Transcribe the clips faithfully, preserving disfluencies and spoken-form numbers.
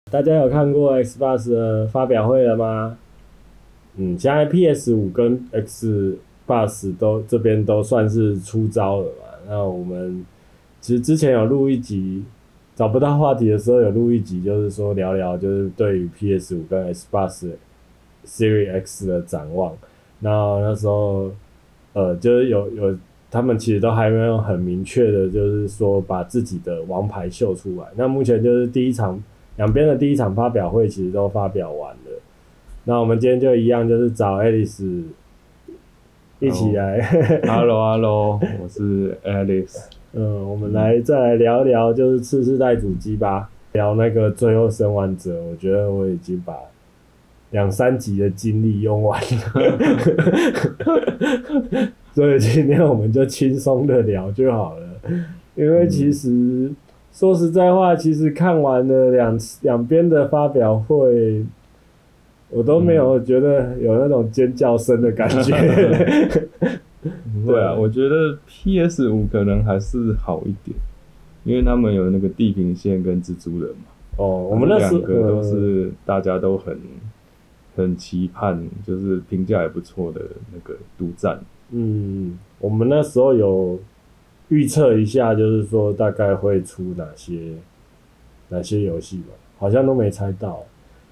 大家有看过 Xbox 的发表会了吗？嗯，现在 P S 五 跟 Xbox 都这边都算是出招了嘛。那我们其实之前有录一集，找不到话题的时候有录一集，就是说聊聊就是对于 P S 五 跟 Xbox Series X 的展望。那那时候呃，就是有有他们其实都还没有很明确的，就是说把自己的王牌秀出来。那目前就是第一场两边的第一场发表会其实都发表完了。那我们今天就一样，就是找 Alice 一起来。 Hello Hello， 我是 Alice。 嗯，我们来再来聊聊就是次世代主机吧。聊那个最后生还者，我觉得我已经把两三集的精力用完了。所以今天我们就轻松的聊就好了。因为其实、嗯、说实在话，其实看完了两两边的发表会，我都没有觉得有那种尖叫声的感觉。 不会啊，我觉得 P S 五 可能还是好一点，因为他们有那个地平线跟蜘蛛人嘛。 哦，我们那时两个都是大家都很很期盼，就是评价也不错的那个独占。 嗯，我们那时候有预测一下，就是说大概会出哪些哪些游戏吧，好像都没猜到。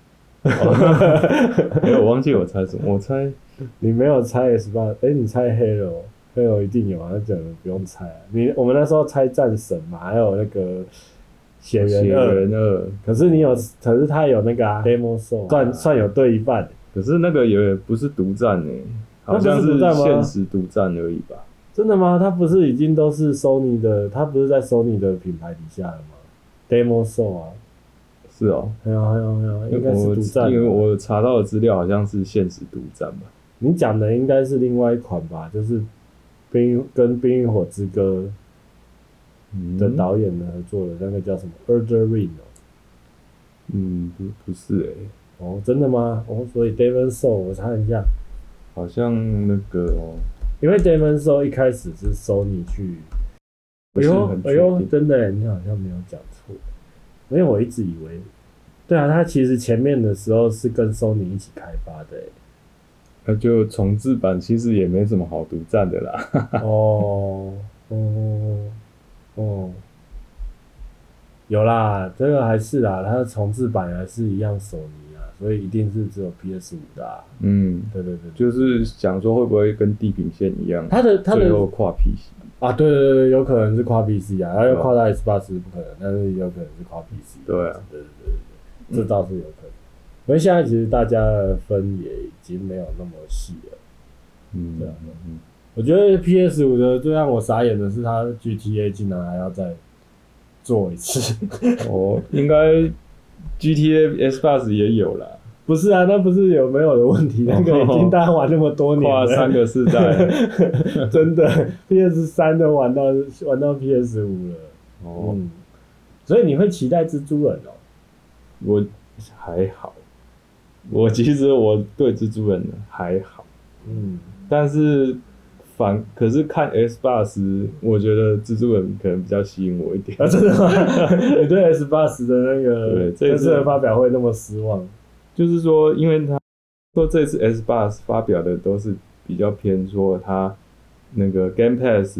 哎，我忘记我猜什么，我猜你没有猜 S 八，哎，你猜 Halo，Halo 一定有啊，那讲不用猜啊。你我们那时候猜战神嘛，还有那个血缘二，可是你有，可是他有那个啊 Demo Soul， 算算有对一半。 可是那个也不是独占诶，好像是限时独占而已吧？ 真的吗？他不是已经都是 Sony 的，他不是在 Sony 的品牌底下了吗 ？Demo Soul 啊。 是哦， 还有还有还有，应该是独占。 因为我查到的资料好像是限时独占吧。 你讲的应该是另外一款吧，就是冰跟《冰与火之歌》的导演的合作的那个叫什么《Elden Ring》哦。 嗯，不不是诶、欸。 哦，真的吗？哦，所以 Demon Soul 我查一下， 好像那个哦， 因为 Demon Soul 一开始是 Sony 去，哎呦哎呦，真的耶，你好像没有讲错。因为我一直以为，对啊，他其实前面的时候是跟 Sony 一起开发的， 那就重制版其实也没什么好独占的啦。 哦哦哦，有啦，这个还是啦，它的重制版还是一样索尼啊，所以一定是只有 P S 五 的啊。 嗯， 对对对， 就是想说会不会跟地平线一样， 它的它的最后跨 P C 啊，对对对，有可能是跨 P C 啊，然后要跨到 Xbox 不可能，但是有可能是跨 P C。 对啊， 对对对对，这倒是有可能。因为现在其实大家的分也已经没有那么细了。 嗯， 对啊，嗯，我觉得 P S 五 的最让我傻眼的是，它 G T A 竟然还要再做一次。 哦，应该 G T A Xbox 也有啦。 不是啊，那不是有没有的问题，那个已经大家玩那么多年了， 跨三个世代， 真的 P S 三 都玩到玩到 P S 五 了。哦、嗯，所以你会期待蜘蛛人哦？ 我还好，我其实我对蜘蛛人还好，嗯，但是反可是看 Xbox， 我觉得蜘蛛人可能比较吸引我一点。 啊，真的吗？你对 Xbox 的那个这次的发表会那么失望？ 就是说，因为他说这次 Xbox 发表的都是比较偏说他那个 Game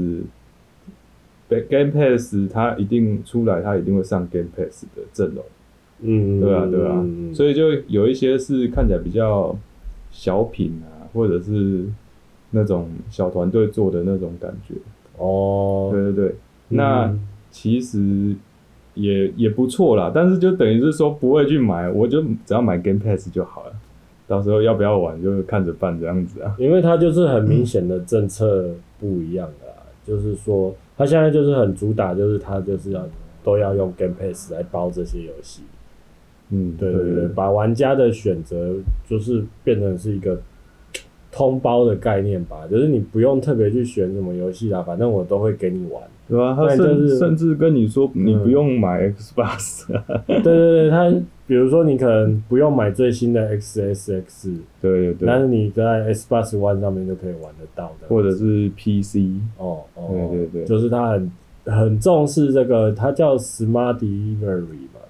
Pass，Game Pass 他一定出来，他一定会上 Game Pass 的阵容。嗯，对啊，对啊，嗯、所以就有一些是看起来比较小品啊，或者是那种小团队做的那种感觉。哦，对对对，嗯、那其实。也也不错啦，但是就等于是说不会去买，我就只要买 Game Pass 就好了，到时候要不要玩就看着办这样子啊。 因为它就是很明显的政策不一样的啦，就是说它现在就是很主打，就是它就是要都要用 Game Pass 来包这些游戏。嗯，对对 对, 對，把玩家的选择就是变成是一个通包的概念吧，就是你不用特别去选什么游戏啦，反正我都会给你玩。 对啊，他甚、就是、甚至跟你说你不用买 Xbox、 嗯。对对对，他比如说你可能不用买最新的 X S X， 对对对， 但是你在 Xbox One 上面就可以玩得到的， 或者是 P C。 哦哦， 对对对， 就是他很很重视这个，他叫 Smart Delivery 嘛。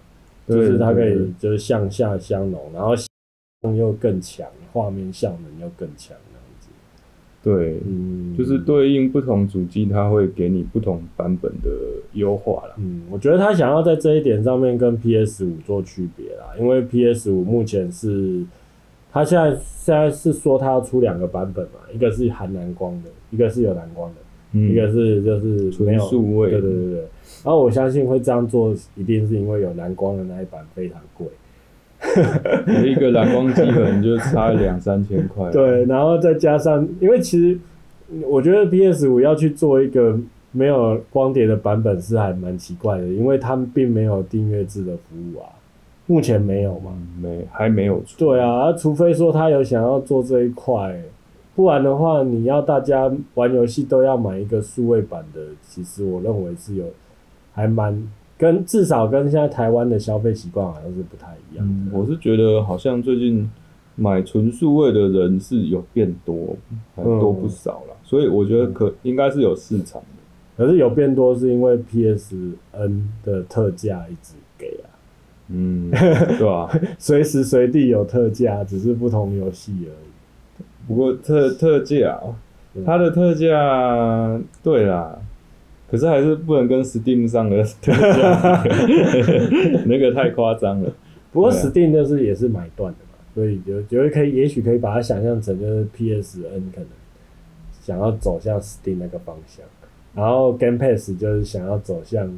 就是它可以就是向下相容，然后又更强，画面效能又更强这样子。 对，嗯，就是对应不同主机，它会给你不同版本的优化啦。 嗯，我觉得他想要在这一点上面跟 P S 五 做区别啦，因为 P S 五 目前是，他现在现在是说他要出两个版本嘛，一个是含蓝光的，一个是有蓝光的，嗯、一个是就是没有纯数位。 对对对对。然后我相信会这样做，一定是因为有蓝光的那一版非常贵。 一个蓝光机可能就差两三千块。 对，然后再加上，因为其实我觉得 P S 五 要去做一个没有光碟的版本是还蛮奇怪的，因为他们并没有订阅制的服务啊，目前没有嘛， 嗯、没还没有出。 对啊，除非说他有想要做这一块，不然的话，你要大家玩游戏都要买一个数位版的，其实我认为是有还蛮。跟至少跟现在台湾的消费习惯好像是不太一样的、 嗯。我是觉得好像最近买纯数位的人是有变多，还多不少啦、嗯，所以我觉得可应该是有市场的。 可是有变多是因为 P S N 的特价一直给啊， 嗯，对吧、啊？ 随时随地有特价，只是不同游戏而已。 不过特特价，它的特价，对啦。可是还是不能跟 Steam 上的特价那个太夸张了。 不过 Steam 就是也是买断的嘛，所以就觉得可以，也许可以把它想象成就是 P S N 可能想要走向 Steam 那个方向，然后 Game Pass 就是想要走向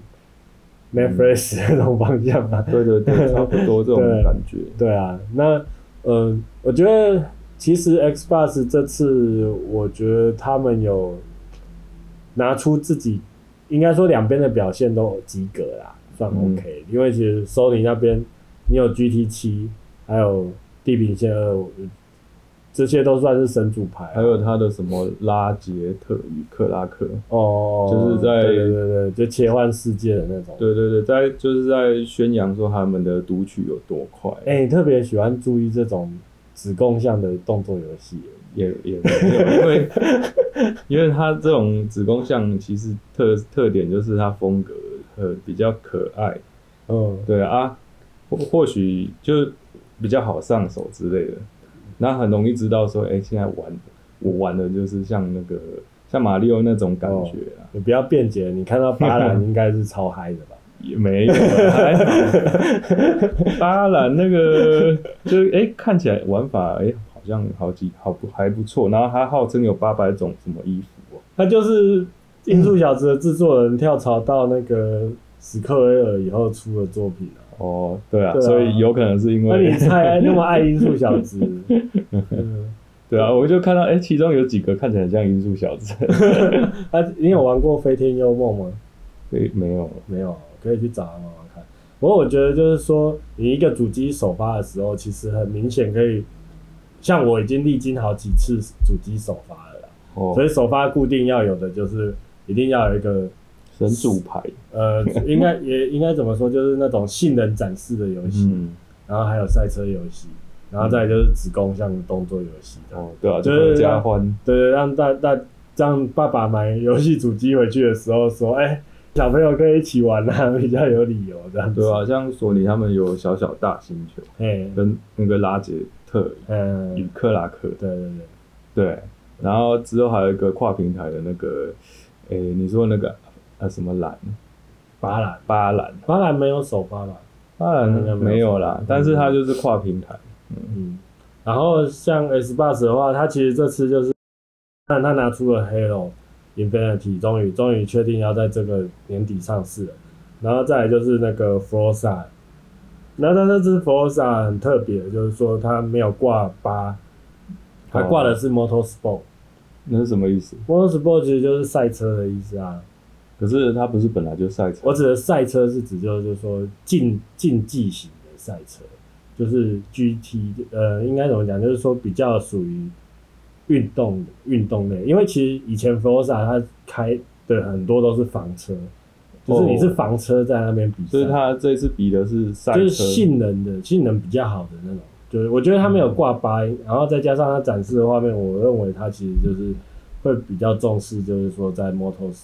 Netflix 那种方向嘛、 嗯。对对对，差不多这种感觉。 对, 对啊，那呃，我觉得其实 Xbox 这次，我觉得他们有拿出自己。应该说两边的表现都及格啦，算 OK、嗯。因为其实 Sony 那边你有 G T 七，还有地平线二，这些都算是神主牌、啊。 还有他的什么拉杰特与克拉克哦， 就是在对对对，就切换世界的那种。 对对对，在就是在宣扬说他们的读取有多快。 哎、欸，你特别喜欢注意这种子供向的动作游戏。 也也没有，因为因为它这种子宫像其实特特点就是它风格呃比较可爱，嗯，对啊，或或许就比较好上手之类的，那很容易知道说，哎、欸，现在玩我玩的就是像那个像马里奥那种感觉啊。 哦、你不要辩解，你看到巴兰应该是超嗨的吧？ 也没有，还好。巴兰那个就哎、欸、看起来玩法哎。欸好像好几好不还不错，然后他号称有八百种什么衣服哦， 他就是《音速小子》的制作人跳槽到那个史克威尔以后出的作品啊。 哦，对啊，对啊，所以有可能是因为那你猜那么爱《音速小子》 嗯，对啊，我就看到哎、欸，其中有几个看起来很像《音速小子》 啊，你有玩过《飞天幽梦》吗？ 对，没有， 没有，可以去找他玩玩看。不过我觉得就是说，你一个主机首发的时候，其实很明显可以。像我已经历经好几次主机首发了啦、哦，所以首发固定要有的就是一定要有一个神主牌， 呃，应该也应该怎么说，就是那种性能展示的游戏、嗯，然后还有赛车游戏，然后再来就是子宫像动作游戏的、 哦，对啊，就是加欢， 对对，让大大让爸爸买游戏主机回去的时候说，哎、欸，小朋友可以一起玩啊，比较有理由这样子。 对啊，像索尼他们有小小大星球，跟那个拉杰。特嗯，与克拉克， 对对对对，然后之后还有一个跨平台的那个，诶、欸，你说那个呃什么蓝， 巴兰， 巴兰， 巴兰没有首发吧？ 巴兰没有啦，但是它就是跨平台，嗯嗯。然后像 Xbox 的话，它其实这次就是看它拿出了 Halo Infinity， 终于终于确定要在这个年底上市了，然后再来就是那个 Forza。那它这支 Forza 很特别，就是说它没有挂八，它挂的是 Motorsport、哦。 那是什么意思 ？Motorsport 其实就是赛车的意思啊。 可是它不是本来就赛车？ 我指的赛车是指就是说竞竞技型的赛车，就是 G T， 呃，应该怎么讲？就是说比较属于运动运动类，因为其实以前 Forza 它开的很多都是房车。就是你是房车在那边比赛， 所以他这次比的是赛车， 就是性能的性能比较好的那种。就是我觉得他没有挂八音，然后再加上他展示的画面，我认为他其实就是会比较重视，就是说在 Motos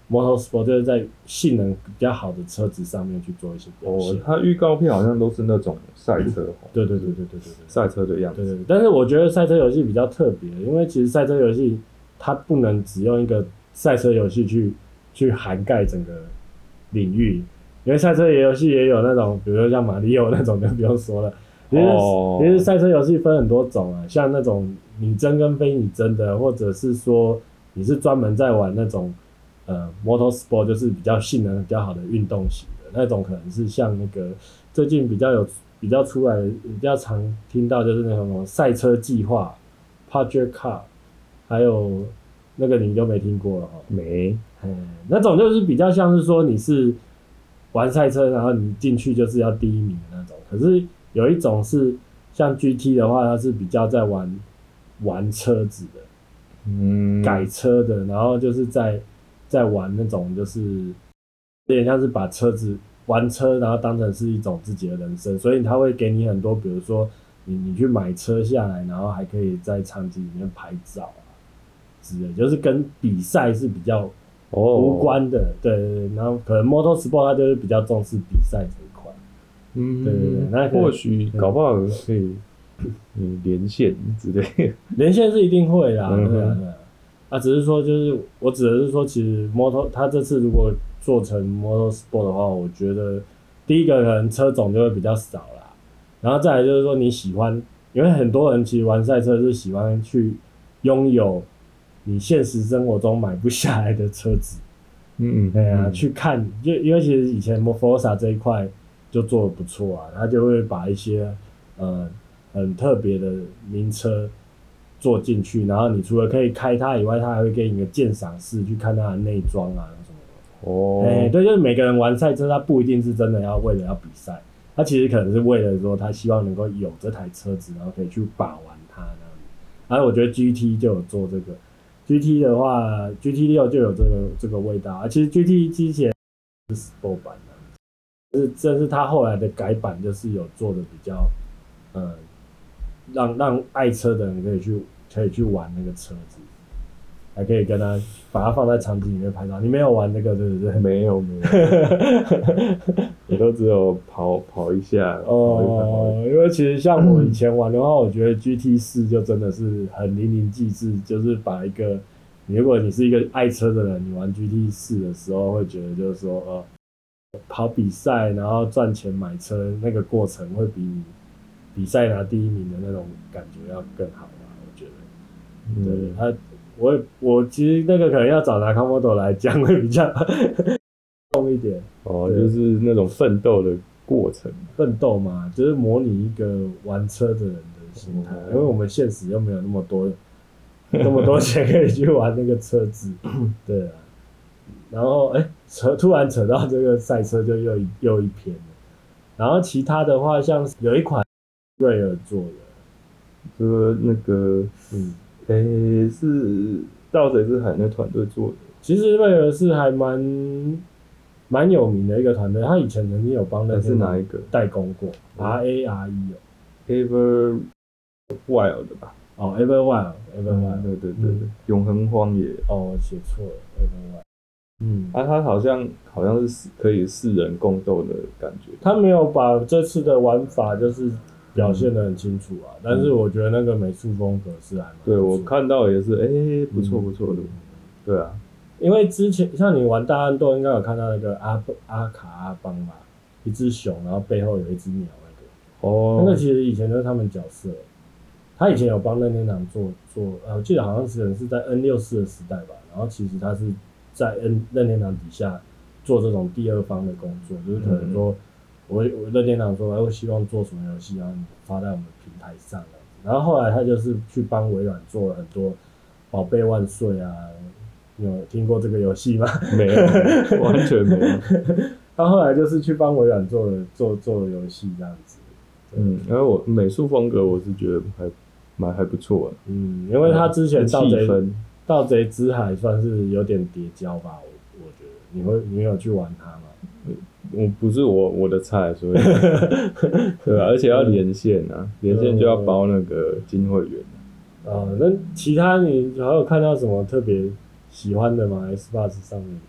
Motorsport 就是在性能比较好的车子上面去做一些表现。 哦，它预告片好像都是那种赛车， 对对对对对对对， 赛车的样子。 对对对，但是我觉得赛车游戏比较特别，因为其实赛车游戏它不能只用一个赛车游戏去去涵盖整个领域，因为赛车游戏也有那种，比如说像马里奥那种就不用说了。其实、哦、其实赛车游戏分很多种啊，像那种拟真跟非拟真的，或者是说你是专门在玩那种呃 Motorsport， 就是比较性能比较好的运动型的那种，可能是像那个最近比较有比较出来比较常听到就是那种赛车计划 Project Car， 还有那个你就没听过了哈？ 没， 嗯，那种就是比较像是说你是玩赛车，然后你进去就是要第一名的那种，可是有一种是像 G T 的话，它是比较在玩玩车子的，嗯，改车的，然后就是在在玩那种就是有点像是把车子玩车，然后当成是一种自己的人生，所以他会给你很多，比如说你你去买车下来，然后还可以在场景里面拍照啊之类，就是跟比赛是比较无关的，哦、对对对，然后可能 Motorsport 它就是比较重视比赛这一块。 嗯，对对对，那或许搞不好可以，嗯，连线之类的。 连线是一定会啦，嗯、对啊对啊。啊，只是说就是我指的是说，其实 Motor 它这次如果做成 Motorsport 的话，我觉得第一个可能车种就会比较少啦，然后再来就是说你喜欢，因为很多人其实玩赛车是喜欢去拥有你现实生活中买不下来的车子，嗯，对啊，嗯、去看，就因为其实以前 Forza 这一块就做得不错啊，他就会把一些呃很特别的名车做进去，然后你除了可以开它以外，它还会给你一个鉴赏室去看它的内装啊什么的。哦，哎、欸，对，就是每个人玩赛车，他不一定是真的要为了要比赛，他其实可能是为了说他希望能够有这台车子，然后可以去把玩它这样子。然后我觉得 G T 就有做这个 ，G T 的话 ，G T 六就有这个这个味道啊。其实 G T 之前是 Sport 版的。是，这是他后来的改版，就是有做的比较，呃，让让爱车的人可以去可以去玩那个车子，还可以跟他把它放在场景里面拍照。你没有玩那个对不对？ 没有没有，我都只有跑跑一下。 哦，因为其实像我以前玩的话，我觉得 G T 四就真的是很淋漓尽致，就是把一个，如果你是一个爱车的人，你玩 G T 四的时候，会觉得就是说，呃。跑比赛，然后赚钱买车，那个过程会比你比赛拿第一名的那种感觉要更好吧？我觉得，嗯、对他，我我其实那个可能要找拿康摩多来讲会比较重一点。 哦，就是那种奋斗的过程， 奋斗嘛，就是模拟一个玩车的人的心态，嗯、因为我们现实又没有那么多那么多钱可以去玩那个车子，对啊。然后哎，扯突然扯到这个赛车就又一又一篇了。然后其他的话，像有一款瑞尔做的， 就是那个嗯，哎是盗贼之海那团队做的。 其实瑞尔是还蛮蛮有名的一个团队，他以前曾经有帮那是哪一个代工过 ，R A R E 哦 ，Ever Wild 吧？ 哦 ，Ever Wild，Ever Wild，、嗯、 对对对对，嗯、永恒荒野。 哦，写错了 ，Ever Wild。 嗯，啊，他好像好像是可以四人共斗的感觉。 他没有把这次的玩法就是表现得很清楚啊，嗯、但是我觉得那个美术风格是还蛮不错的。 对，我看到也是，哎、欸，不错不错的。嗯、对啊， 因为之前像你玩大乱斗，应该有看到那个阿阿卡阿邦吧，一只熊，然后背后有一只鸟那个。哦。那个其实以前就是他们角色，他以前有帮任天堂做做，呃，我记得好像是是在 N 六四 的时代吧，然后其实他是。在任天堂底下做这种第二方的工作，就是可能说，我我任天堂说，我希望做什么游戏，然后你发在我们平台上这样子。然后后来他就是去帮微软做了很多宝贝万岁啊，你有听过这个游戏吗？ 没有，完全没有。 他后来就是去帮微软做了做做游戏这样子。 嗯，因为我美术风格我是觉得还蛮还不错的。 嗯，因为他之前盗贼盗贼之海算是有点叠交吧，我我觉得你会你有去玩它吗？ 我不是我我的菜，所以对啊，而且要连线啊，连线就要包那个金会员啊。啊，那其他你还有看到什么特别喜欢的吗 ？Xbox 上面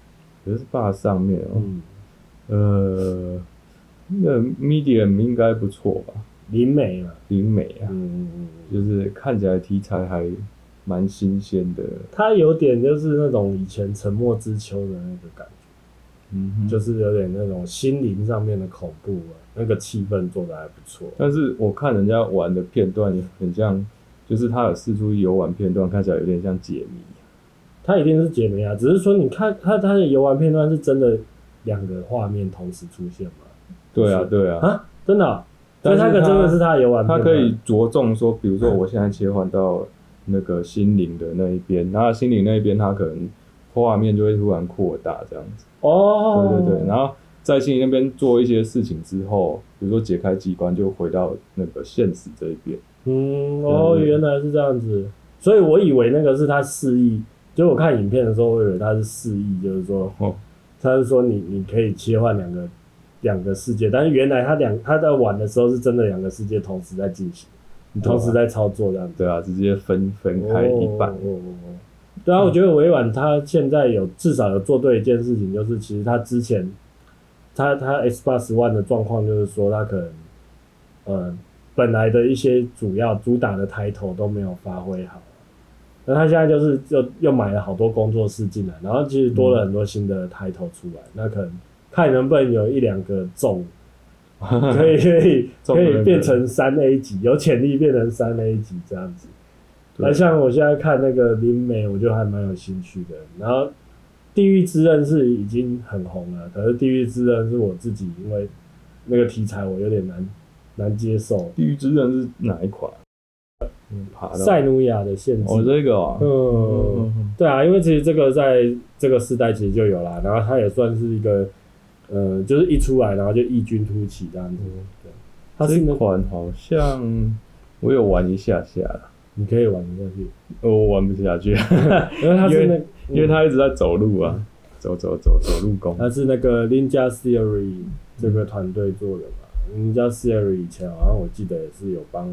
Xbox 上面哦，嗯、呃，那个 Medium 应该不错吧？ 灵美嘛， 灵美啊，嗯，就是看起来题材还蛮新鲜的。 它有点就是那种以前沉默之丘的那个感觉，嗯，就是有点那种心灵上面的恐怖啊，那个气氛做得还不错。 但是我看人家玩的片段也很像，就是他有释出游玩片段，看起来有点像解谜。 它一定是解谜啊，只是说你看它它的游玩片段是真的两个画面同时出现吗？ 对啊，对啊， 啊，真的、喔。所以那个真的是他的游玩片段， 他可以着重说，比如说我现在切换到那个心灵的那一边，然后心灵那一边，它可能画面就会突然扩大这样子。哦，对对对，然后在心灵那边做一些事情之后，比如说解开机关，就回到那个现实这一边。 嗯，哦，原来是这样子，所以我以为那个是他示意，就我看影片的时候，我以为他是示意，就是说，哦、他是说你你可以切换两个。两个世界，但是原来他两他在玩的时候是真的两个世界同时在进行，你同时在操作这样子。 对啊，直接分分开一半。哦哦哦对啊，我觉得微软他现在有至少有做对一件事情，就是其实他之前他他 Xbox One 的状况就是说他可能呃本来的一些主要主打的抬头都没有发挥好，那他现在就是又又买了好多工作室进来，然后其实多了很多新的抬头出来，那可能。看能不能有一两个中，可以可以可以变成三 A 级，有潜力变成三 A 级这样子。那像我现在看那个灵美，我就还蛮有兴趣的。然后《地狱之刃》是已经很红了，可是《地狱之刃》是我自己因为那个题材我有点难难接受。《 地狱之刃》是哪一款？ 嗯，塞努亚的限制。 哦，这个哦。 嗯，嗯对啊，因为其实这个在这个时代其实就有啦，然后它也算是一个。呃，就是一出来，然后就异军突起这样子。对， 它这款好像我有玩一下下啦， 你可以玩下去。 我玩不下去， 因为它是那， 因为它一直在走路啊，嗯、走走走走路工。 它是那个 Ninja Theory 这个团队做的嘛。嗯、Ninja Theory 以前好像我记得也是有帮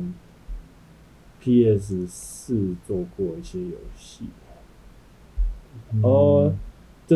P S 四 做过一些游戏。嗯、哦，就是。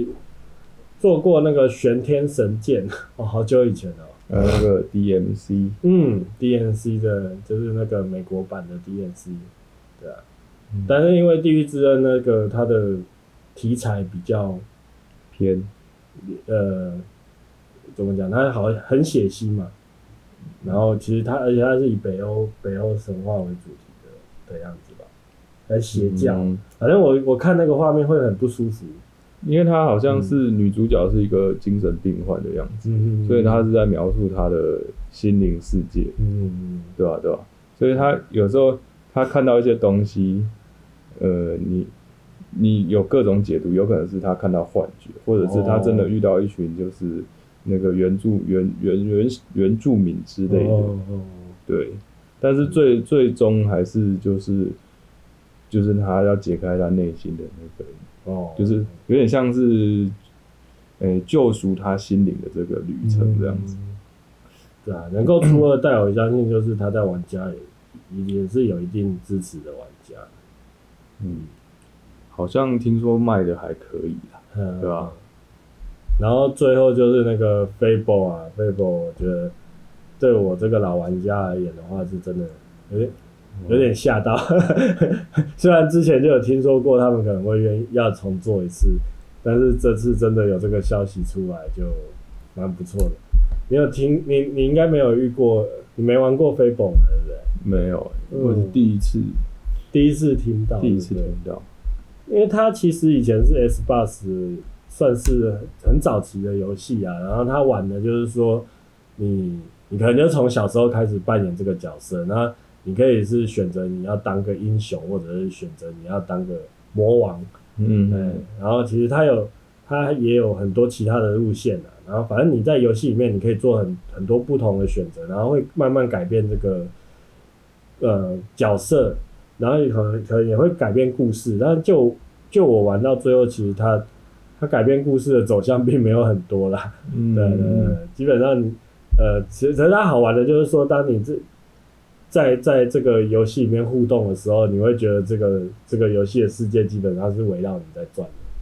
做过那个玄天神剑哦，好久以前哦。 呃，那个 D M C， 嗯 ，D M C 的，就是那个美国版的 D M C， 对啊。嗯、但是因为《地狱之刃》那个它的题材比较偏， 呃，怎么讲？它好像很血腥嘛。然后其实它，而且它是以北欧北欧神话为主题的的样子吧，还邪教。嗯、反正我我看那个画面会很不舒服。 因为她好像是女主角是一个精神病患的样子，嗯、所以她是在描述她的心灵世界，嗯、对吧、啊？对吧、啊？所以她有时候她看到一些东西，呃，你你有各种解读，有可能是她看到幻觉，或者是她真的遇到一群就是那个原住原原原原住民之类的，哦、对。但是最最终还是就是就是她要解开她内心的那个。哦，就是有点像是，诶、欸，救赎他心灵的这个旅程这样子。嗯、 对啊，能够出二代，我相信就是他在玩家也也是有一定支持的玩家。 嗯，好像听说卖的还可以啦，嗯、对吧、啊？ 然后最后就是那个 Fable 啊 ，Fable， 我觉得对我这个老玩家而言的话，是真的有点。有点吓到，虽然之前就有听说过他们可能会愿意要重做一次，但是这次真的有这个消息出来，就蛮不错的。你有听你你应该没有遇过，你没玩过 Fable 嘛，对不对？ 没有，我是第一次，嗯、 第一次听到， 第一次听到， 因为它其实以前是 Xbox 算是很早期的游戏啊，然后他玩的就是说你你可能就从小时候开始扮演这个角色，那你可以是选择你要当个英雄，或者是选择你要当个魔王，嗯，对。然后其实它有，它也有很多其他的路线啊。然后反正你在游戏里面，你可以做很很多不同的选择，然后会慢慢改变这个呃角色，然后可能可能也会改变故事。但就就我玩到最后，其实它它改变故事的走向并没有很多啦。嗯，对对对，基本上呃，其实它好玩的就是说，当你这在在这个游戏里面互动的时候，你会觉得这个这个游戏的世界基本上是围绕你在转的。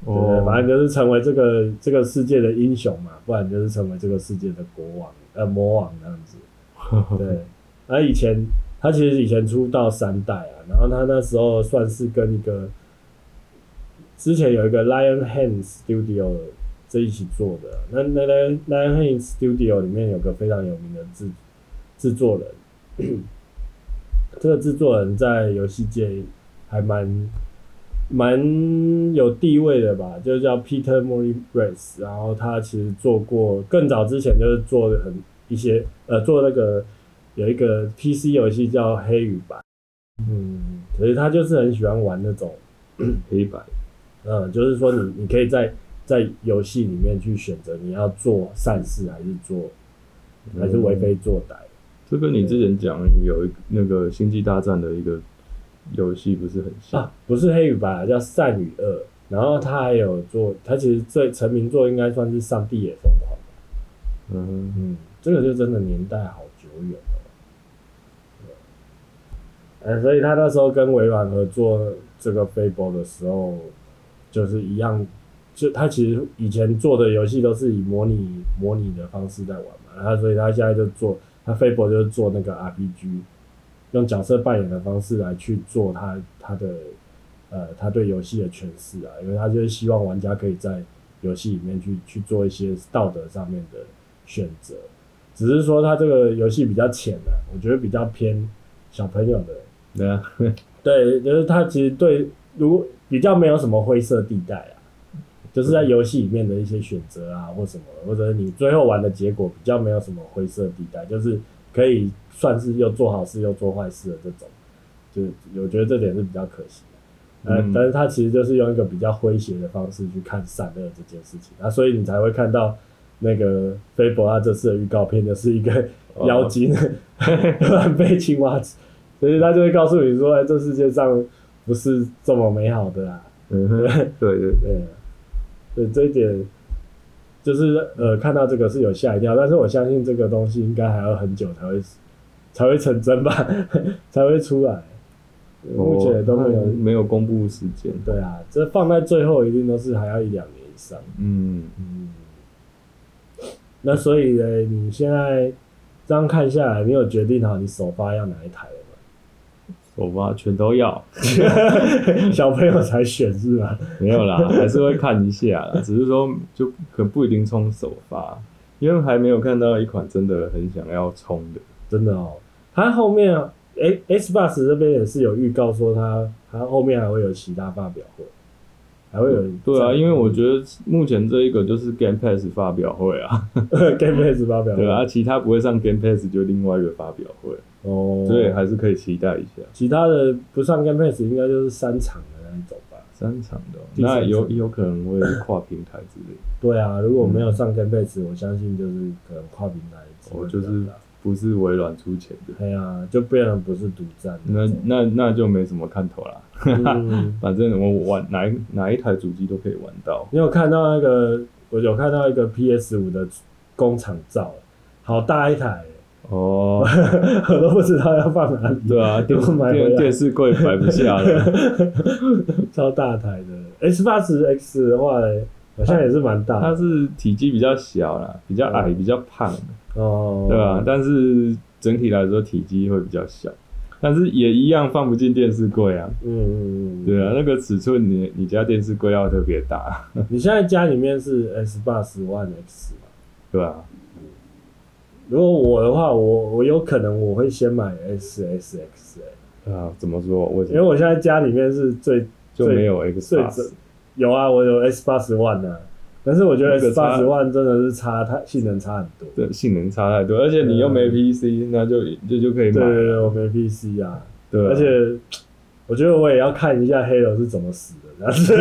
哦，对，反正就是成为这个这个世界的英雄嘛，不然就是成为这个世界的国王呃魔王这样子。对，他以前他其实以前出到三代啊，然后他那时候算是跟一个之前有一个 Lionhead Studio 这一起做的，那那那 Lionhead Studio 里面有个非常有名的制制作人，这个制作人在游戏界还蛮蛮有地位的吧，就叫 Peter Moore-Grace， 然后他其实做过更早之前就是做很一些呃做那个有一个 P C 游戏叫黑与白，嗯，所以他就是很喜欢玩那种黑白。 嗯，就是说你你可以在在游戏里面去选择你要做善事还是做还是为非作歹。 这跟你之前讲有一那个星际大战的一个游戏不是很像啊？不是黑与白，叫善与恶。然后他还有做，他其实最成名作应该算是上帝也疯狂。嗯嗯，这个就真的年代好久远了。呃，所以他那时候跟微软合作这个 Fable 的时候。就是一样，就他其实以前做的游戏都是以模拟模拟的方式在玩嘛，然后所以他现在就做，他 Fable 就是做那个 R P G， 用角色扮演的方式来去做他他的呃他对游戏的诠释啊，因为他就是希望玩家可以在游戏里面去去做一些道德上面的选择，只是说他这个游戏比较浅啊，我觉得比较偏小朋友的， 对啊， 对，就是他其实对如果。比较没有什么灰色地带啊，就是在游戏里面的一些选择啊，或什么，或者你最后玩的结果比较没有什么灰色地带，就是可以算是又做好事又做坏事的这种，就我觉得这点是比较可惜的。呃，嗯、但是他其实就是用一个比较诙谐的方式去看善恶这件事情，啊，所以你才会看到那个Fable他这次的预告片就是一个妖精突然被青蛙，所以他就会告诉你说，哎，这世界上。不是这么美好的啊， 嗯哼，对对对，对这一点就是呃看到这个是有吓一跳，但是我相信这个东西应该还要很久才会才会成真吧，才会出来。目前都没有、哦、 没有公布时间。 对啊，这放在最后一定都是还要一两年以上。嗯嗯。那所以呢，你现在这样看下来，你有决定好你首发要哪一台了？ 首发全都要， 小朋友才选是吧？ 没有啦，还是会看一下啦，只是说就可不一定冲首发，因为还没有看到一款真的很想要冲的。 真的哦，它后面啊 ，Xbox 这边也是有预告说它它后面还会有其他发表会，还会有。 对啊，因为我觉得目前这一个就是 Game Pass 发表会啊 ，Game Pass 发表会。 对啊，其他不会上 Game Pass 就另外一个发表会。哦，所以还是可以期待一下。 其他的不上 Game Pass 应该就是三场的那一种吧？ 三场的、喔，那有有可能会跨平台之类的。 对啊，如果没有上 Game Pass，、嗯、我相信就是可能跨平台。 哦，就是不是微软出钱的。 对啊，就变成不是独占。 那那那就没什么看头啦。嗯、反正我玩哪一哪一台主机都可以玩到。 你有看到那个？我有看到一个 P S 五 的工厂照，好大一台。哦，我都不知道要放哪里。 对啊，电电电视柜摆不下了， 超大台的。Xbox X 的话，好像也是蛮大的。 它是体积比较小啦，比较矮，嗯、比较胖。哦，对吧？但是整体来说体积会比较小，但是也一样放不进电视柜啊。嗯嗯嗯。对啊，那个尺寸你你家电视柜要特别大。 你现在家里面是 Xbox One X 嘛？ 对啊。 如果我的话，我我有可能我会先买 S S X 哎、欸。啊，怎么说？为什么？ 因为我现在家里面是最就没有 Xbox。 有啊，我有 Xbox One 啊，但是我觉得 Xbox One 真的是差太性能差很多。 对，性能差太多，而且你又没 P C，、嗯、那就就就可以买。 对对对，我没 P C 啊。对啊。而且我觉得我也要看一下 Halo 是怎么死的。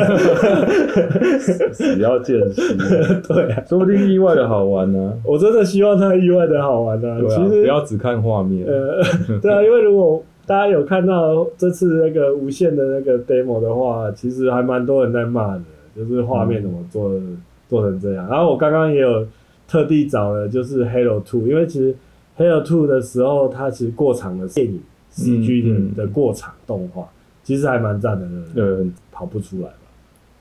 死要见识， 对啊， 说不定意外的好玩呢、啊。 我真的希望它意外的好玩啊！ 对啊， 其实不要只看画面。 呃，对啊，因为如果大家有看到这次那个无限的那个 demo 的话，其实还蛮多人在骂的，就是画面怎么做、嗯、做成这样。然后我刚刚也有特地找了，就是 Halo 二，因为其实 Halo 二的时候，它其实过场的电影 C G 的、嗯嗯、的过场动画。其实还蛮赞的，对不对？跑不出来吧？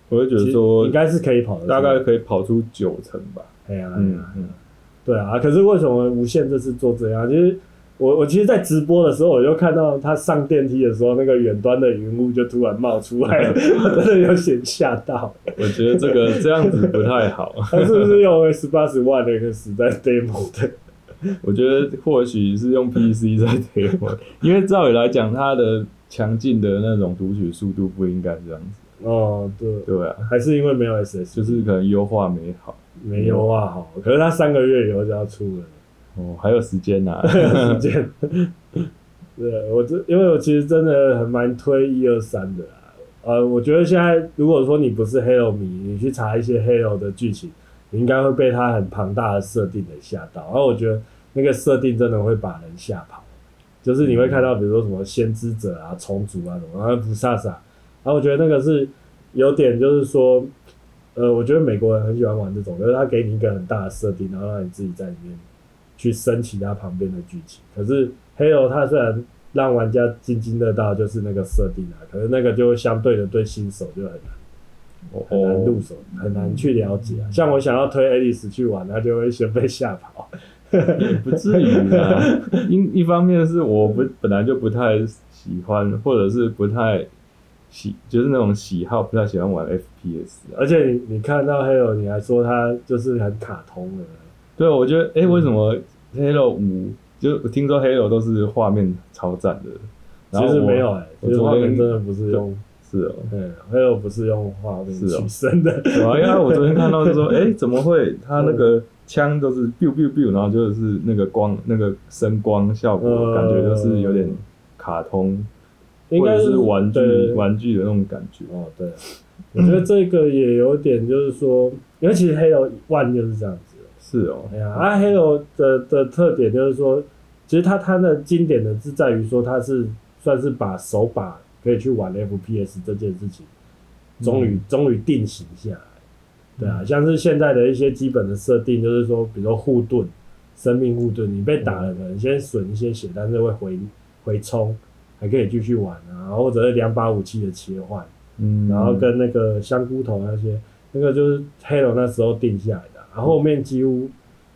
我会觉得说应该是可以跑的， 大概可以跑出九成吧。 哎呀，嗯嗯，对啊，可是为什么无线这次做这样？就是我我其实，在直播的时候，我就看到他上电梯的时候，那个远端的云雾就突然冒出来了，我真的有点吓到。 我觉得这个这样子不太好。 他是不是用 S 八十 One 那个时代 demo 的？ 我觉得或许是用 P C 在 demo， 因为照理来讲，它的强劲的那种读取速度不应该这样子。 哦，对， 对啊， 还是因为没有 S S， 就是可能优化没好， 没优化好。可是他三个月以后就要出了。 哦，还有时间呐、啊， 还有时间。对，我这因为我其实真的很蛮推一二三的啦。呃，我觉得现在如果说你不是 Halo 迷，你去查一些 Halo 的剧情，你应该会被它很庞大的设定给吓到。然后我觉得那个设定真的会把人吓跑，就是你会看到比如说什么先知者啊、虫族啊什么，然后不萨萨，然后我觉得那个是有点就是说，呃，我觉得美国人很喜欢玩这种，就是他给你一个很大的设定，然后让你自己在里面去升其他旁边的剧情。可是 Halo 它虽然让玩家津津乐道就是那个设定啊，可是那个就相对的对新手就很难很难入手，很难去了解啊。像我想要推 Alice 去玩，他就会先被吓跑。 也不至于啊，一一方面是我不本来就不太喜欢，或者是不太喜，就是那种喜好不太喜欢玩 F P S 啊。 而且你你看到 Halo， 你还说它就是很卡通的。 对，我觉得哎、欸，为什么 Halo 五就我听说 Halo 都是画面超赞的，然后其实没有哎、欸，其实画面真的不是用。 是哦， 对 ，Halo 不是用画面取胜的。 对啊，因为我昨天看到就说，哎、欸，怎么会？他那个枪都是 biu biu biu， 然后就是那个光、那个声光效果，呃、感觉就是有点卡通， 应该是, 或者是玩具玩具的那种感觉。 哦，对，我觉得这个也有点就是说，因为其实 Halo One 就是这样子。 是哦， 哎呀，啊 Halo 的的特点就是说，其实它它的经典的是在于说，它是算是把手把可以去玩 F P S 这件事情，终于终于定型下来。对啊，像是现在的一些基本的设定，就是说，比如说护盾、生命护盾，你被打了，可能先损一些血，但是会回回冲，还可以继续玩啊，或者是两把武器的切换，嗯，然后跟那个香菇头那些，那个就是 Halo 那时候定下来的、啊，然后后面几乎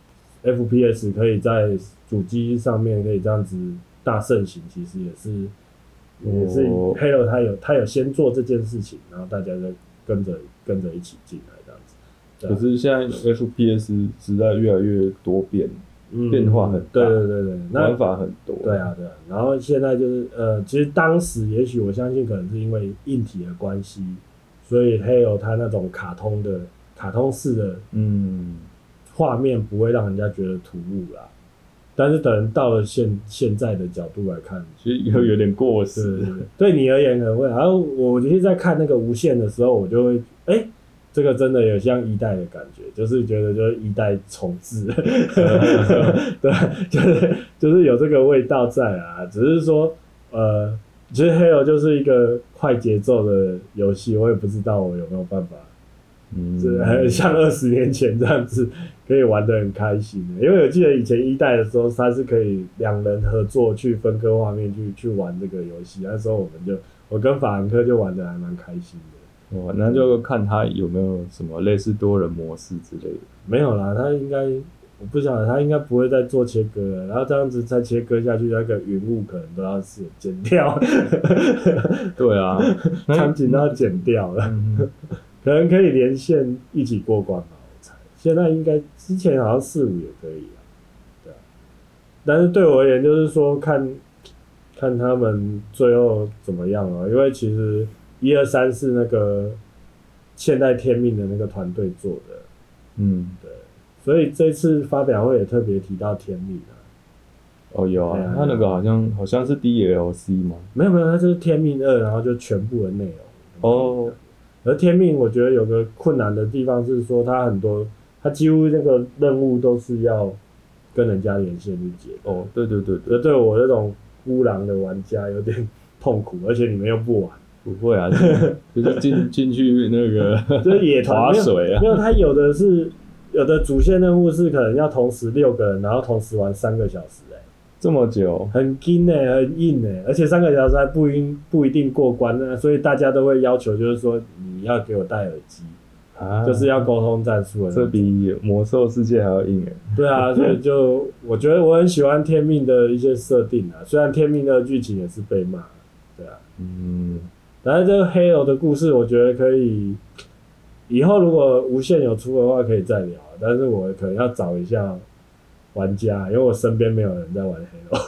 F P S 可以在主机上面可以这样子大盛行，其实也是。也是 Halo 他有他有先做这件事情，然后大家就跟着跟着一起进来这样子。 可是现在 F P S 时代越来越多变，嗯、变化很大， 对对对对， 玩法很多。 对啊对啊，然后现在就是呃，其实当时也许我相信可能是因为硬体的关系，所以 Halo 它那种卡通的卡通式的嗯画面不会让人家觉得突兀啦。但是等到了现现在的角度来看， 其实又有点过时。 对, 对你而言可能会，然后我其实在看那个无限的时候，我就会，哎、欸，这个真的有像一代的感觉，就是觉得就是一代重置，对，就是就是有这个味道在啊。只是说，呃，其实 Halo 就是一个快节奏的游戏，我也不知道我有没有办法。嗯，是像二十年前这样子可以玩得很开心的，因为我记得以前一代的时候，它是可以两人合作去分割画面去去玩这个游戏，那时候我们就我跟法兰克就玩得还蛮开心的。 哦，那就看他有没有什么类似多人模式之类的。 没有啦，他应该我不晓得，他应该不会再做切割了，然后这样子再切割下去，那个云雾可能都要是剪掉。 对啊， 场景都要剪掉了。嗯可能可以连线一起过关吧，我猜。现在应该之前好像四五也可以啊，对啊。但是对我而言，就是说看看他们最后怎么样啊，因为其实一二三是那个现代天命的那个团队做的，嗯，对。所以这次发表会也特别提到天命啊。 哦，有啊，他那个好像好像是 D L C 吗？ 没有没有，它就是天命二，然后就全部的内容。 哦。 而天命我觉得有个困难的地方是说，它很多，它几乎那个任务都是要跟人家连线去解。 哦，对对对对，对我这种孤狼的玩家有点痛苦，而且你们又不玩。 不会啊，就是进进去那个就是野团划水啊。 没有，它有的是有的主线任务是可能要同时六个人，然后同时玩三个小时、欸， 这么久， 很硬哎、欸，很硬哎、欸，而且三个小时还不一不一定过关呢，所以大家都会要求就是说你要给我戴耳机， 啊， 就是要沟通战术的。 这比魔兽世界还要硬哎。 对啊，所以就我觉得我很喜欢天命的一些设定啊，虽然天命的剧情也是被骂，对啊， 嗯， 但是这个 Halo 的故事，我觉得可以。以后如果无限有出的话，可以再聊。但是我可能要找一下玩家，因为我身边没有人在玩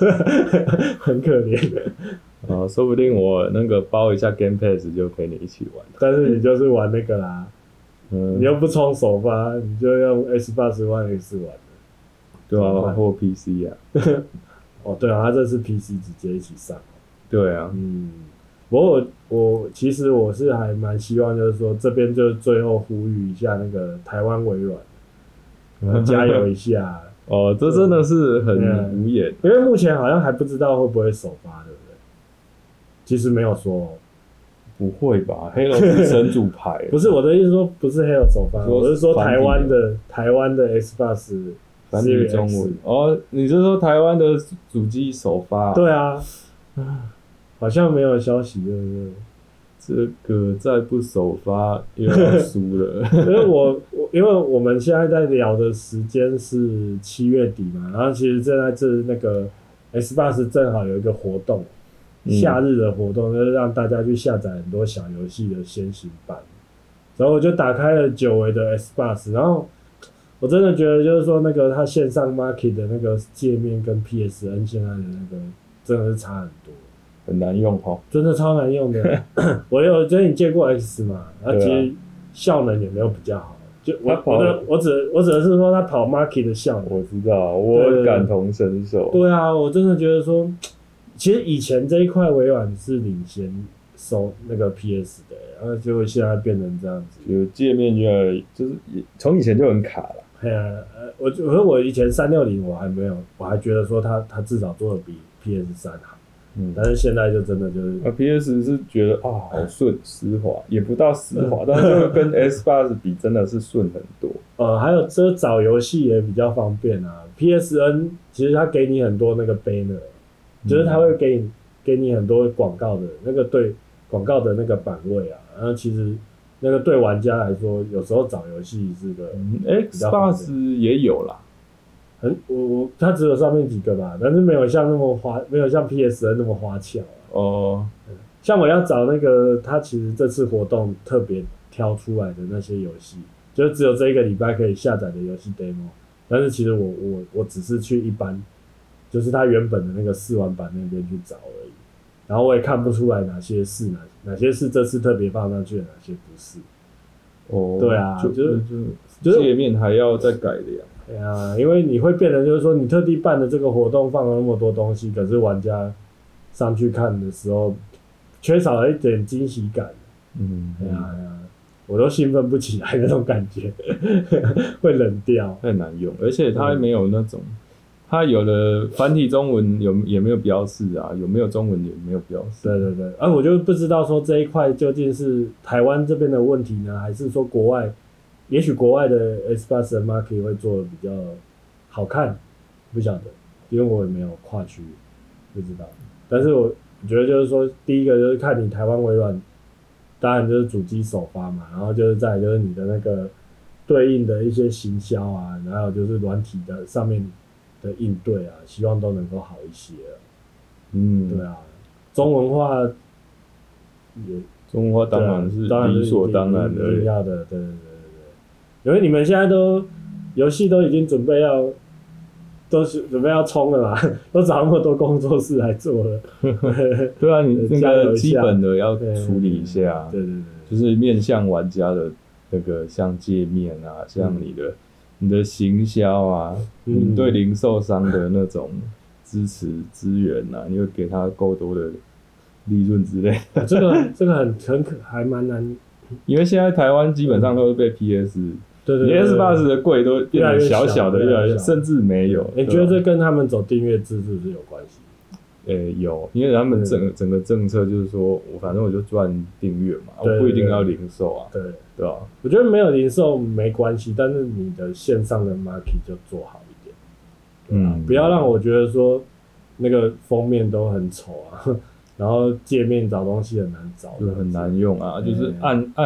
Halo， 很可怜。 啊，说不定我那个包一下 Game Pass 就陪你一起玩。 但是你就是玩那个啦， 嗯， 你又不充首发，你就用 Xbox One X 玩的。 对啊，或 P C 啊。 哦，对啊，他这是 P C 直接一起上。 对啊， 嗯。不过我我其实我是还蛮希望，就是说这边就最后呼吁一下那个台湾微软，加油一下。 哦，这真的是很无言， 因为目前好像还不知道会不会首发，对不对？其实没有说、哦。 不会吧 ？Halo 是神主牌。 不是我的意思说，不是 Halo 首发，我是说台湾的台湾的 Xbox 繁体中文。哦，你是说台湾的主机首发、啊？ 对啊。好像没有消息，对不对？ 这个再不首发又要输了。 因为我我因为我们现在在聊的时间是七月底嘛，然后其实正在这那个 Xbox 正好有一个活动，嗯、夏日的活动，就是让大家去下载很多小游戏的先行版。然后我就打开了久违的 Xbox， 然后我真的觉得就是说那个它线上 market 的那个界面跟 P S N 现在的那个真的是差很多。 很难用哦， 真的超难用的。我有跟你借过 X 嘛，它其实效能也没有比较好。就我我的我只我只是说它跑 market 的效能。 我知道，我感同身受。 对啊，我真的觉得说，其实以前这一块微软是领先收那个 P S 的，然后结果现在变成这样子， 就界面越来越就是从以前就很卡了。 对啊，呃，我我我以前三六零我还没有，我还觉得说它它至少做的比 P S 三好。嗯，但是现在就真的就是， 啊 ，P S 是觉得啊好顺丝滑，也不到丝滑，但是跟 Xbox 比真的是顺很多。 呃，还有这找游戏也比较方便啊。P S N 其实它给你很多那个 banner，、嗯、就是它会给你给你很多广告的那个对广告的那个版位啊，然后其实那个对玩家来说，有时候找游戏是个、 嗯、Xbox 也有啦。 很我我它只有上面几个吧，但是没有像那么花，没有像 P S N 那么花俏、啊、 哦。 像我要找那个，它其实这次活动特别挑出来的那些游戏，就只有这一个礼拜可以下载的游戏 demo。但是其实我我我只是去一般，就是它原本的那个试玩版那边去找而已。然后我也看不出来哪些是哪哪些是这次特别放上去的，哪些不是。 哦， 对啊， 就就是就是界面还要再改良。 对啊，因为你会变成就是说，你特地办的这个活动放了那么多东西，可是玩家上去看的时候，缺少了一点惊喜感。嗯，对啊，对啊，我都兴奋不起来那种感觉，会冷掉， 太难用，而且它没有那种，它有的繁体中文有也没有标示啊，有没有中文也没有标示。 对对对，而、啊、我就不知道说这一块究竟是台湾这边的问题呢，还是说国外？也许国外的 Xbox 的 market 会做的比较好看，不晓得，因为我也没有跨区，不知道。但是我觉得就是说，第一个就是看你台湾微软，当然就是主机首发嘛，然后就是再来就是你的那个对应的一些行销啊，然后就是软体的上面的应对啊，希望都能够好一些。嗯，对啊，中文化也中文化当然是理所当然的， 一定要的，对对对。因为你们现在都游戏都已经准备要都是准备要冲了嘛，都找那么多工作室来做了。 对啊，你那个基本的要处理一下， 对对对， 就是面向玩家的那个像界面啊，像你的、嗯、你的行销啊、嗯，你对零售商的那种支持资源啊，你会给他够多的利润之类的。 这个这个很很可还蛮难， 因为现在台湾基本上都是被 P S。 对对对， 你 Xbox 的柜都变成小小的，越来越甚至没有。 你觉得这跟他们走订阅制是不是有关系？ 诶、欸，有，因为他们整整个政策就是说，我反正我就赚订阅嘛，我不一定要零售啊， 对对吧？ 我觉得没有零售没关系，但是你的线上的 market 就做好一点，嗯，不要让我觉得说那个封面都很丑啊，然后界面找东西很难找， 就很难用啊，就是按按。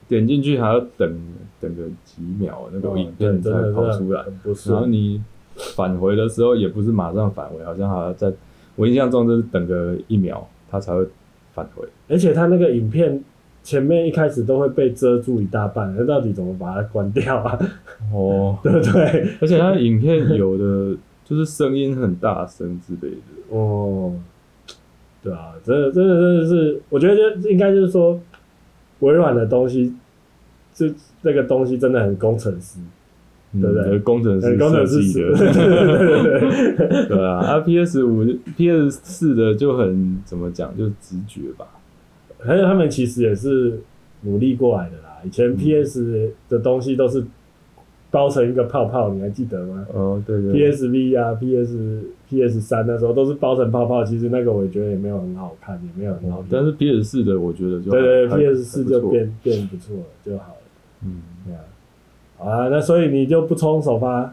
点进去还要等等个几秒，那个影片才跑出来，然后你返回的时候也不是马上返回，好像还要再，我印象中就是等个一秒它才会返回， 而且它那个影片前面一开始都会被遮住一大半，那到底怎么把它关掉啊？ 哦， 对不对？ 而且它影片有的就是声音很大声之类的。 哦，对啊，真的真的真的是，我觉得就应该就是说，微软的东西，就那个东西真的很工程师。对不对？ 工程师设计的， 对对对对啊。啊 ，P S 五、P S 四的就很怎么讲，就是直觉吧。 而且他们其实也是努力过来的啦。以前 P S 的东西都是包成一个泡泡，你还记得吗？ 哦，对对。 P S V 啊 ，P S P S 三那时候都是包成泡泡，其实那个我也觉得也没有很好看，也没有很好、哦。 但是 P S 四的我觉得就对对 ，P S 四就变变不错了就好了。嗯，对啊。好啊，那所以你就不冲首发？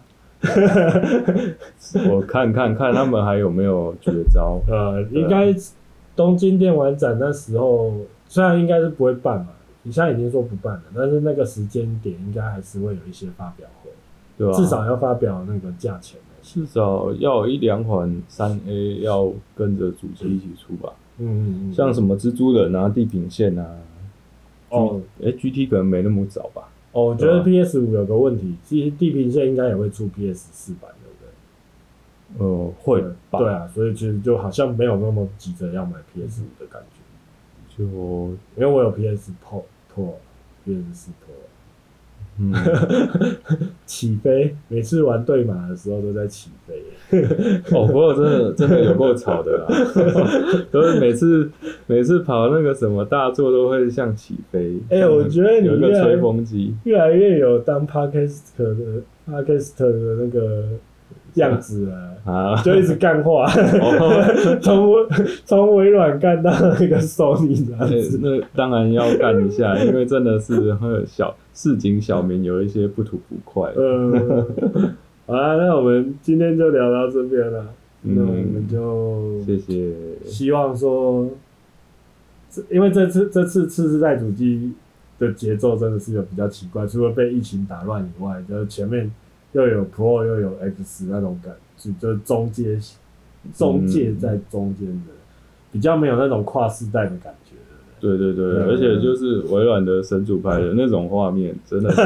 我看看看他们还有没有绝招。 呃，应该东京电玩展那时候虽然应该是不会办嘛，你现在已经说不办了，但是那个时间点应该还是会有一些发表会， 对吧、啊？ 至少要发表那个价钱， 至少要有一两款三 A 要跟着主机一起出吧。 嗯嗯嗯， 像什么蜘蛛人啊、地平线啊。 哦， 哎、欸、，G T 可能没那么早吧。 哦，我觉得 P S 五 有个问题，其实地平线应该也会出 P S 四版，对不对？ 呃，会吧。 对啊，所以其实就好像没有那么急着要买 P S 五 的感觉。 就因为我有 P S Pro、Pro、P S 四 Pro， 嗯，起飞，每次玩对马的时候都在起飞。 哦，不过真的真的有够吵的啦，都是每次每次跑那个什么大作都会像起飞。 哎、欸，我觉得你有一个吹风机， 越来越有当 Podcast 的 Podcast 的那个样子了啊，就一直干话，从从微软干到那个 Sony 这样子、 欸。那当然要干一下，因为真的是会小市井小民有一些不吐不快。 嗯，好啦，那我们今天就聊到这边了。 嗯、 那我们就谢谢。 希望说，因为这次这次次世代主机的节奏真的是有比较奇怪，除了被疫情打乱以外，就是前面又有 Pro 又有 X 那种感觉，就是中介中介在中间的、嗯，比较没有那种跨世代的感觉。 对对对，而且就是微软的神主牌的那种画面，真的是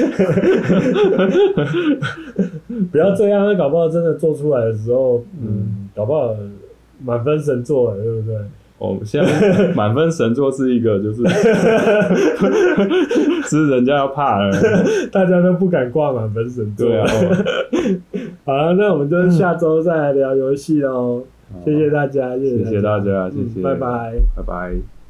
不要这样，搞不好真的做出来的时候，嗯，搞不好满分神作了，对不对？ 哦，现在满分神作是一个，就是是人家要怕了， 大家都不敢挂满分神作。 对啊， 好了，那我们就下周再来聊游戏喽。谢谢大家， 谢谢大家，谢谢， 嗯、拜拜， 拜拜。